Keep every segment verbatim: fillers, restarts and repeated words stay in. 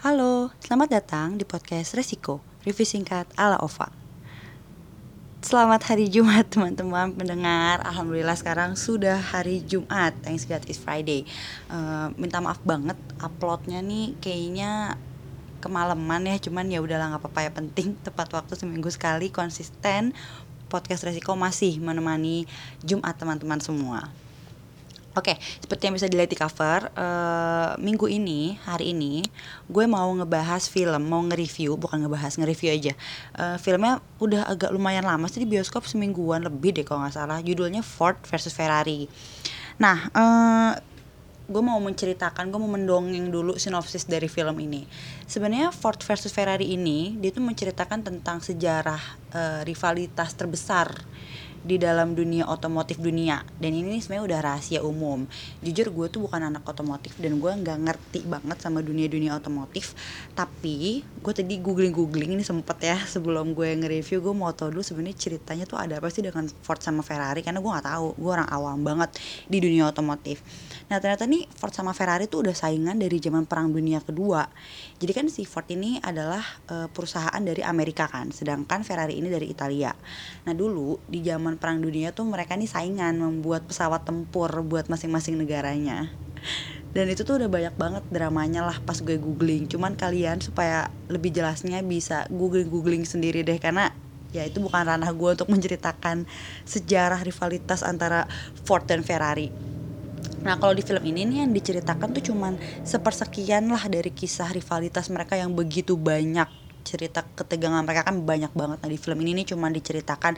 Halo, selamat datang di podcast Resiko, review singkat ala Ova. Selamat hari Jumat teman-teman pendengar. Alhamdulillah sekarang sudah hari Jumat. Thanks God it's Friday. Uh, minta maaf banget uploadnya nih kayaknya kemalaman ya. Cuman ya udahlah nggak apa-apa, ya penting tepat waktu seminggu sekali konsisten. Podcast Resiko masih menemani Jumat teman-teman semua. Oke, seperti yang bisa dilihat di cover, uh, minggu ini, hari ini, gue mau ngebahas film, mau nge-review, bukan ngebahas, nge-review aja. Uh, filmnya udah agak lumayan lama sih, di bioskop semingguan lebih deh kalau nggak salah. Judulnya Ford versus Ferrari. Nah, uh, gue mau menceritakan, gue mau mendongeng dulu sinopsis dari film ini. Sebenarnya Ford versus Ferrari ini, dia tuh menceritakan tentang sejarah uh, rivalitas terbesar di dalam dunia otomotif dunia. Dan ini sebenarnya udah rahasia umum. Jujur gue tuh bukan anak otomotif dan gue nggak ngerti banget sama dunia-dunia otomotif. Tapi gue tadi googling-googling ini sempet ya, sebelum gue nge-review gue mau tahu dulu sebenarnya ceritanya tuh ada apa sih dengan Ford sama Ferrari, karena gue nggak tahu, gue orang awam banget di dunia otomotif. Nah ternyata nih Ford sama Ferrari tuh udah saingan dari zaman Perang Dunia Kedua. Jadi kan si Ford ini adalah uh, perusahaan dari Amerika kan, sedangkan Ferrari ini dari Italia. Nah dulu di zaman Perang Dunia tuh mereka nih saingan membuat pesawat tempur buat masing-masing negaranya. Dan itu tuh udah banyak banget dramanya lah pas gue googling. Cuman kalian supaya lebih jelasnya bisa googling-googling sendiri deh, karena ya itu bukan ranah gue untuk menceritakan sejarah rivalitas antara Ford dan Ferrari. Nah kalau di film ini nih yang diceritakan tuh cuman sepersekian lah dari kisah rivalitas mereka yang begitu banyak. Cerita ketegangan mereka kan banyak banget. Nah di film ini nih cuman diceritakan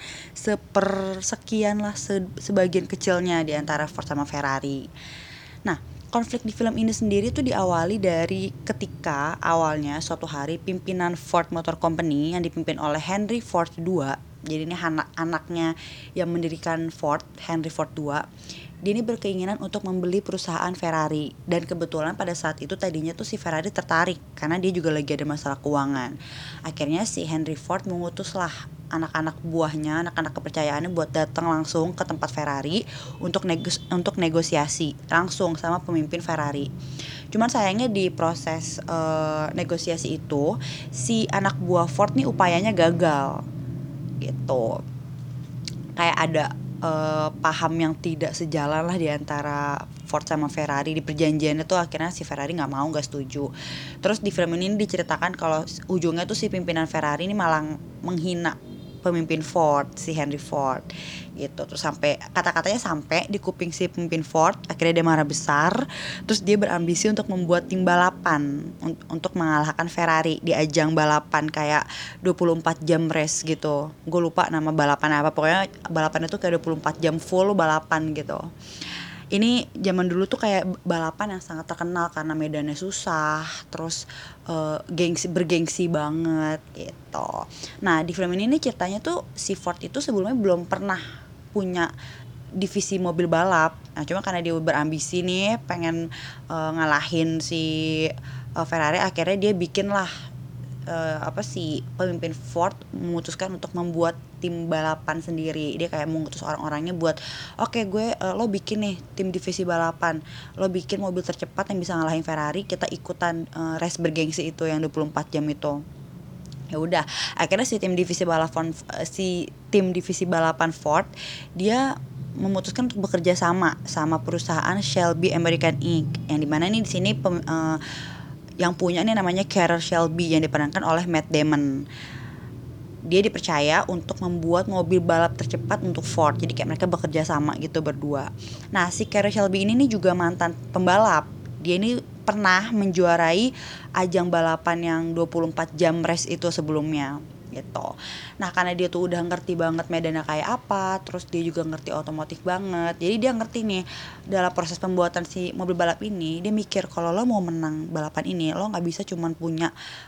sepersekian lah, se- sebagian kecilnya di antara Ford sama Ferrari. Nah konflik di film ini sendiri tuh diawali dari ketika awalnya suatu hari pimpinan Ford Motor Company yang dipimpin oleh Henry Ford kedua, jadi ini anak-anaknya yang mendirikan Ford, Henry Ford kedua, dia ini berkeinginan untuk membeli perusahaan Ferrari. Dan kebetulan pada saat itu tadinya tuh si Ferrari tertarik karena dia juga lagi ada masalah keuangan. Akhirnya si Henry Ford mengutuslah anak-anak buahnya, anak-anak kepercayaannya buat datang langsung ke tempat Ferrari untuk negos- untuk negosiasi langsung sama pemimpin Ferrari. Cuman sayangnya di proses uh, negosiasi itu si anak buah Ford nih upayanya gagal gitu. Kayak ada uh, paham yang tidak sejalan lah di antara Ford sama Ferrari. Di perjanjiannya tuh akhirnya si Ferrari nggak mau, nggak setuju. Terus di film ini diceritakan kalau ujungnya tuh si pimpinan Ferrari ini malah menghina pemimpin Ford, si Henry Ford gitu. Terus sampai kata-katanya sampai di kuping si pemimpin Ford, akhirnya dia marah besar. Terus dia berambisi untuk membuat tim balapan un- untuk mengalahkan Ferrari di ajang balapan kayak dua puluh empat jam race gitu. Gue lupa nama balapan apa, pokoknya balapan itu kayak dua puluh empat jam full balapan gitu. Ini zaman dulu tuh kayak balapan yang sangat terkenal karena medannya susah, terus uh, gengsi bergengsi banget gitu. Nah di film ini nih ceritanya tuh si Ford itu sebelumnya belum pernah punya divisi mobil balap. Nah cuma karena dia berambisi nih pengen uh, ngalahin si uh, Ferrari, akhirnya dia bikin lah uh, apa sih pemimpin Ford memutuskan untuk membuat tim balapan sendiri. Dia kayak mengutus orang-orangnya buat oke okay, gue uh, lo bikin nih tim divisi balapan, lo bikin mobil tercepat yang bisa ngalahin Ferrari, kita ikutan uh, race bergengsi itu yang dua puluh empat jam itu. Ya udah akhirnya si tim divisi balapan si tim divisi balapan Ford dia memutuskan untuk bekerja sama sama perusahaan Shelby American Incorporated, yang dimana nih di sini pem, uh, yang punya ini namanya Carroll Shelby yang diperankan oleh Matt Damon. Dia dipercaya untuk membuat mobil balap tercepat untuk Ford. Jadi kayak mereka bekerja sama gitu berdua. Nah si Carroll Shelby ini nih juga mantan pembalap. Dia ini pernah menjuarai ajang balapan yang dua puluh empat jam race itu sebelumnya gitu. Nah karena dia tuh udah ngerti banget medannya kayak apa, terus dia juga ngerti otomotif banget. Jadi dia ngerti nih dalam proses pembuatan si mobil balap ini, dia mikir kalau lo mau menang balapan ini, lo nggak bisa cuman punya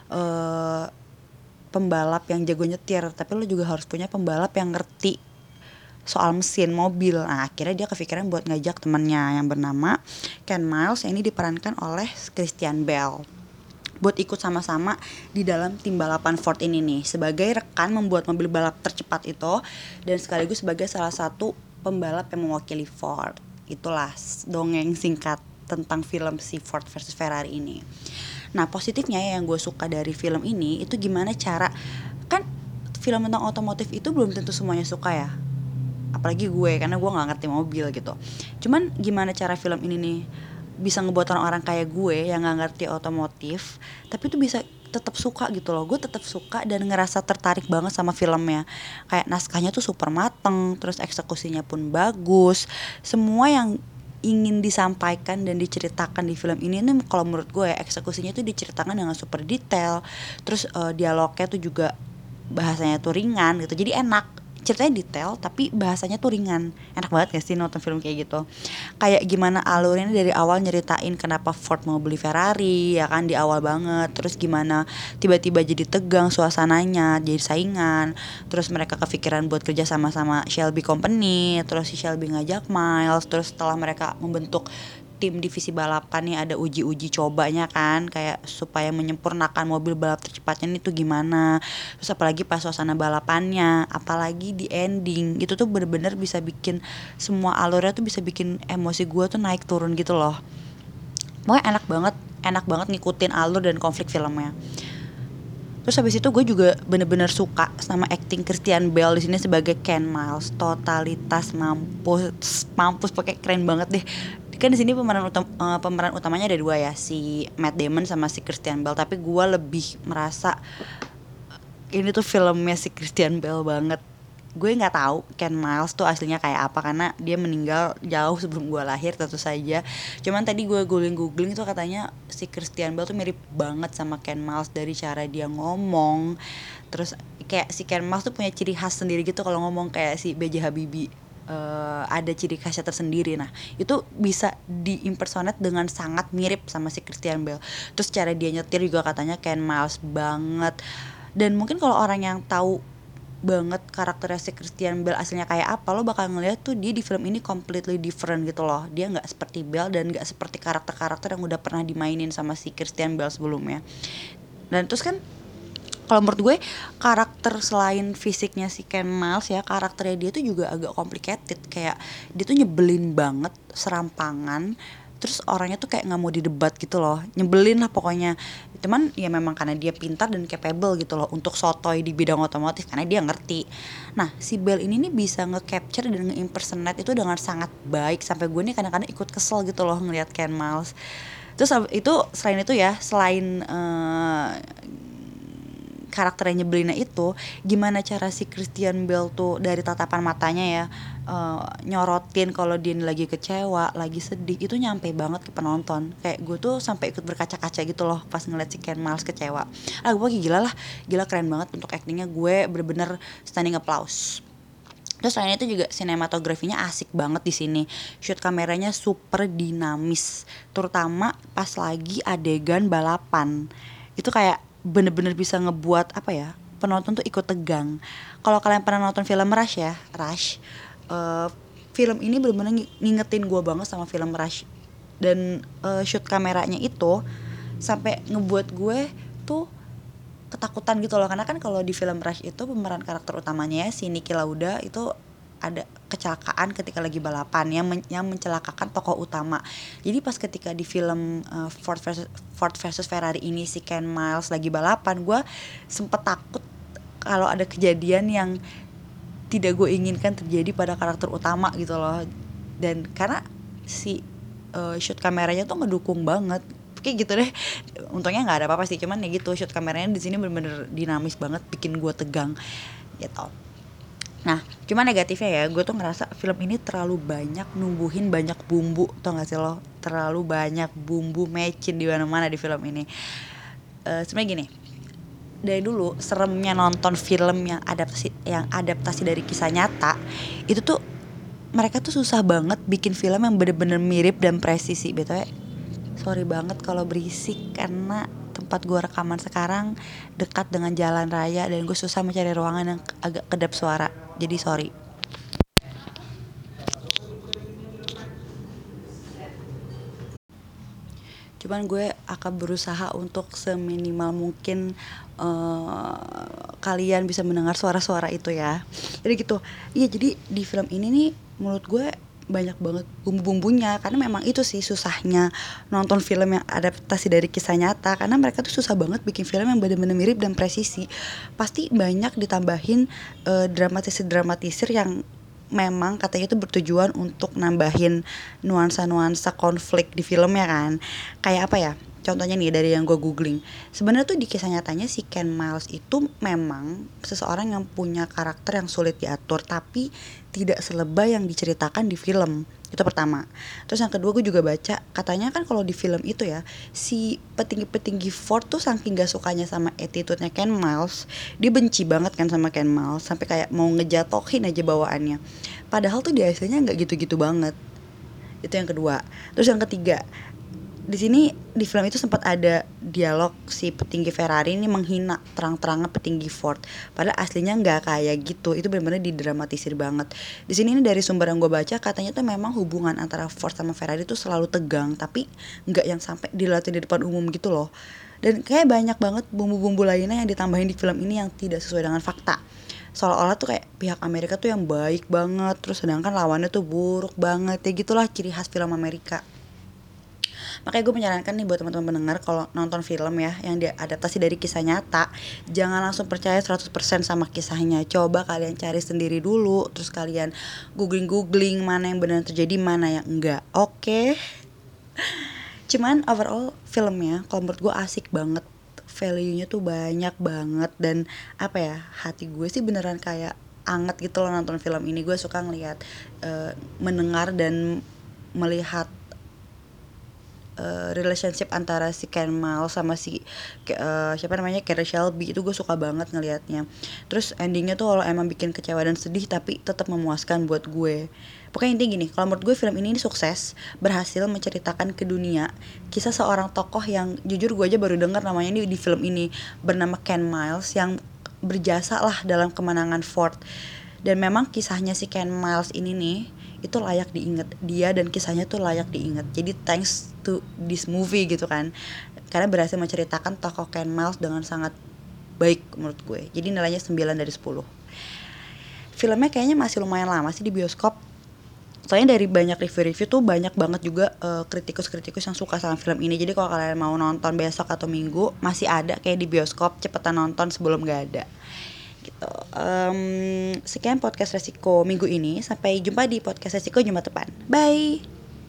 uh, pembalap yang jago nyetir, tapi lo juga harus punya pembalap yang ngerti soal mesin mobil. Nah akhirnya dia kepikiran buat ngajak temannya yang bernama Ken Miles, yang ini diperankan oleh Christian Bale, buat ikut sama-sama di dalam tim balapan Ford ini nih, sebagai rekan membuat mobil balap tercepat itu, dan sekaligus sebagai salah satu pembalap yang mewakili Ford. Itulah dongeng singkat tentang film si Ford versus Ferrari ini. Nah positifnya yang gue suka dari film ini itu gimana cara, kan film tentang otomotif itu belum tentu semuanya suka ya, apalagi gue karena gue nggak ngerti mobil gitu. Cuman gimana cara film ini nih bisa ngebuat orang-orang kayak gue yang nggak ngerti otomotif tapi tuh bisa tetap suka gitu loh. Gue tetap suka dan ngerasa tertarik banget sama filmnya. Kayak naskahnya tuh super mateng, terus eksekusinya pun bagus. Semua yang ingin disampaikan dan diceritakan di film ini nih kalau menurut gue ya, eksekusinya tuh diceritakan dengan super detail. Terus uh, dialognya tuh juga bahasanya tuh ringan gitu. Jadi enak, ceritanya detail tapi bahasanya tuh ringan. Enak banget gak sih nonton film kayak gitu? Kayak gimana alurnya dari awal nyeritain kenapa Ford mau beli Ferrari ya kan di awal banget. Terus gimana tiba-tiba jadi tegang suasananya, jadi saingan. Terus mereka kepikiran buat kerja sama-sama Shelby Company. Terus si Shelby ngajak Miles. Terus setelah mereka membentuk tim divisi balapan nih ada uji-uji cobanya kan, kayak supaya menyempurnakan mobil balap tercepatnya itu gimana. Terus apalagi pas suasana balapannya, apalagi di ending itu tuh bener-bener bisa bikin semua alurnya tuh bisa bikin emosi gue tuh naik turun gitu loh. Pokoknya enak banget, enak banget ngikutin alur dan konflik filmnya. Terus habis itu gue juga bener-bener suka sama acting Christian Bale di sini sebagai Ken Miles. Totalitas mampus, mampus pakai keren banget deh. Kan di sini pemeran utam, uh, pemeran utamanya ada dua ya, si Matt Damon sama si Christian Bale. Tapi gue lebih merasa ini tuh filmnya si Christian Bale banget. Gue nggak tahu Ken Miles tuh aslinya kayak apa karena dia meninggal jauh sebelum gue lahir tentu saja. Cuman tadi gue googling-googling itu katanya si Christian Bale tuh mirip banget sama Ken Miles dari cara dia ngomong. Terus kayak si Ken Miles tuh punya ciri khas sendiri gitu kalau ngomong, kayak si B J Habibie. Uh, ada ciri khasnya tersendiri. Nah itu bisa diimpersonate dengan sangat mirip sama si Christian Bale. Terus cara dia nyetir juga katanya Ken Miles banget. Dan mungkin kalau orang yang tahu banget karakternya si Christian Bale aslinya kayak apa, lo bakal ngeliat tuh dia di film ini completely different gitu loh. Dia nggak seperti Bale dan nggak seperti karakter-karakter yang udah pernah dimainin sama si Christian Bale sebelumnya. Dan terus kan kalau menurut gue karakter selain fisiknya si Ken Miles ya, karakternya dia tuh juga agak complicated. Kayak dia tuh nyebelin banget, serampangan. Terus orangnya tuh kayak gak mau didebat gitu loh, nyebelin lah pokoknya. Cuman ya memang karena dia pintar dan capable gitu loh untuk sotoy di bidang otomotif karena dia ngerti. Nah si Bale ini nih bisa nge-capture dan nge-impersonate itu dengan sangat baik. Sampai gue nih kadang-kadang ikut kesel gitu loh ngeliat Ken Miles. Terus itu selain itu ya, selain uh, karakternya nyebelinnya itu, gimana cara si Christian Bale tuh dari tatapan matanya ya uh, nyorotin kalau dia lagi kecewa, lagi sedih, itu nyampe banget ke penonton. Kayak gue tuh sampai ikut berkaca-kaca gitu loh pas ngeliat si Ken Miles kecewa. Ah gue gila lah, gila keren banget untuk actingnya, gue bener-bener standing applause. Terus selain itu juga sinematografinya asik banget di sini. Shoot kameranya super dinamis, terutama pas lagi adegan balapan. Itu kayak bener-bener bisa ngebuat apa ya, penonton tuh ikut tegang. Kalau kalian pernah nonton film Rush ya, Rush, uh, film ini bener-bener ngingetin gue banget sama film Rush. Dan uh, shoot kameranya itu sampai ngebuat gue tuh ketakutan gitu loh. Karena kan kalau di film Rush itu pemeran karakter utamanya ya, si Niki Lauda itu ada kecelakaan ketika lagi balapan yang, men- yang mencelakakan tokoh utama. Jadi pas ketika di film uh, Ford versus Ford versus Ferrari ini si Ken Miles lagi balapan, gue sempet takut kalau ada kejadian yang tidak gue inginkan terjadi pada karakter utama gitu loh. Dan karena si uh, shoot kameranya tuh ngedukung banget kayak gitu deh. Untungnya nggak ada apa-apa sih, cuman ya gitu, shoot kameranya di sini bener-bener dinamis banget, bikin gue tegang gitu. Nah, cuma negatifnya ya, gue tuh ngerasa film ini terlalu banyak numbuhin banyak bumbu, tau gak sih lo? Terlalu banyak bumbu mecin di mana-mana di film ini. Uh, Sebenarnya gini, dari dulu seremnya nonton film yang adaptasi yang adaptasi dari kisah nyata, itu tuh mereka tuh susah banget bikin film yang bener-bener mirip dan presisi. Betulnya sorry banget kalau berisik karena tempat gue rekaman sekarang dekat dengan jalan raya dan gue susah mencari ruangan yang agak kedap suara, jadi sorry. Cuman gue akan berusaha untuk seminimal mungkin uh, kalian bisa mendengar suara-suara itu ya. Jadi gitu. Iya, jadi di film ini nih menurut gue banyak banget bumbu-bumbunya, karena memang itu sih susahnya nonton film yang adaptasi dari kisah nyata, karena mereka tuh susah banget bikin film yang benar-benar mirip dan presisi. Pasti banyak ditambahin uh, dramatisir-dramatisir yang memang katanya itu bertujuan untuk nambahin nuansa-nuansa konflik di filmnya kan. Kayak apa ya? Contohnya nih dari yang gue googling, sebenarnya tuh di kisah nyatanya si Ken Miles itu memang seseorang yang punya karakter yang sulit diatur, tapi tidak selebay yang diceritakan di film. Itu pertama. Terus yang kedua gue juga baca, katanya kan kalau di film itu ya, si petinggi-petinggi Ford tuh saking gak sukanya sama attitude-nya Ken Miles, dia benci banget kan sama Ken Miles, sampai kayak mau ngejatohin aja bawaannya. Padahal tuh di aslinya gak gitu-gitu banget. Itu yang kedua. Terus yang ketiga, di sini di film itu sempat ada dialog si petinggi Ferrari ini menghina terang-terangan petinggi Ford, padahal aslinya nggak kayak gitu. Itu benar-benar didramatisir banget. Di sini ini dari sumber yang gue baca, katanya tuh memang hubungan antara Ford sama Ferrari tuh selalu tegang, tapi nggak yang sampai dilatih di depan umum gitu loh. Dan kayak banyak banget bumbu-bumbu lainnya yang ditambahin di film ini yang tidak sesuai dengan fakta. Seolah-olah tuh kayak pihak Amerika tuh yang baik banget, terus sedangkan lawannya tuh buruk banget. Ya gitulah ciri khas film Amerika. Makanya gue menyarankan nih buat teman-teman pendengar, kalau nonton film ya yang diadaptasi dari kisah nyata, jangan langsung percaya seratus persen sama kisahnya. Coba kalian cari sendiri dulu, terus kalian googling-googling mana yang benar terjadi, mana yang enggak. Oke. Cuman overall filmnya kalau menurut gue asik banget. Value-nya tuh banyak banget, dan apa ya, hati gue sih beneran kayak anget gitu loh nonton film ini. Gue suka ngelihat, uh, mendengar dan melihat Uh, relationship antara si Ken Miles sama si uh, siapa namanya Carey Shelby, itu gue suka banget ngelihatnya. Terus endingnya tuh kalau emang bikin kecewa dan sedih, tapi tetap memuaskan buat gue. Pokoknya intinya gini, kalau menurut gue film ini, ini sukses, berhasil menceritakan ke dunia kisah seorang tokoh yang jujur gue aja baru dengar namanya ini di film ini, bernama Ken Miles, yang berjasa lah dalam kemenangan Ford. Dan memang kisahnya si Ken Miles ini nih itu layak diingat, dia dan kisahnya tuh layak diingat. Jadi thanks to this movie gitu kan, karena berhasil menceritakan tokoh Ken Miles dengan sangat baik menurut gue. Jadi nilainya sembilan dari sepuluh. Filmnya kayaknya masih lumayan lama sih di bioskop. Soalnya dari banyak review-review tuh banyak banget juga uh, kritikus-kritikus yang suka sama film ini. Jadi kalau kalian mau nonton besok atau minggu, masih ada kayak di bioskop, cepetan nonton sebelum gak ada gitu. Um, sekian podcast Resiko minggu ini. Sampai jumpa di podcast Resiko Jumat depan. Bye.